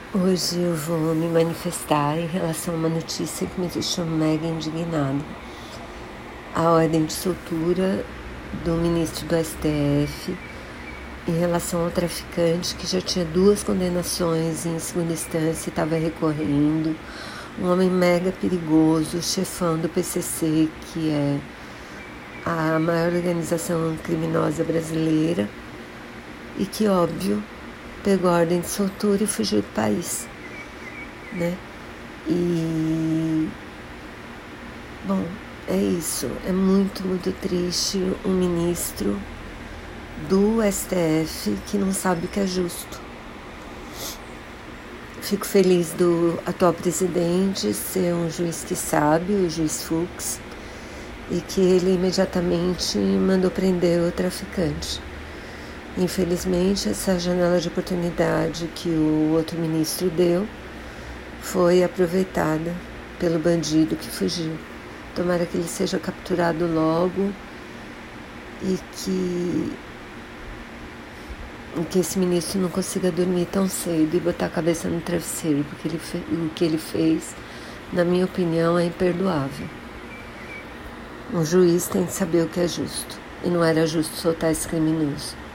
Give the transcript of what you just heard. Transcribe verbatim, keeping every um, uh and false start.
Hoje eu vou me manifestar em relação a uma notícia que me deixou mega indignada. A ordem de soltura do ministro do S T F em relação ao traficante que já tinha duas condenações em segunda instância e estava recorrendo. Um homem mega perigoso, chefão do P C C, que é a maior organização criminosa brasileira, e que, óbvio, pegou a ordem de soltura e fugiu do país, né? E, bom, é isso. É muito, muito triste um ministro do S T F que não sabe o que é justo. Fico feliz do atual presidente ser um juiz que sabe, o juiz Fux, e que ele imediatamente mandou prender o traficante. Infelizmente, essa janela de oportunidade que o outro ministro deu foi aproveitada pelo bandido que fugiu. Tomara que ele seja capturado logo e que, e que esse ministro não consiga dormir tão cedo e botar a cabeça no travesseiro, porque ele fe, o que ele fez, na minha opinião, é imperdoável. Um juiz tem que saber o que é justo, e não era justo soltar esse criminoso.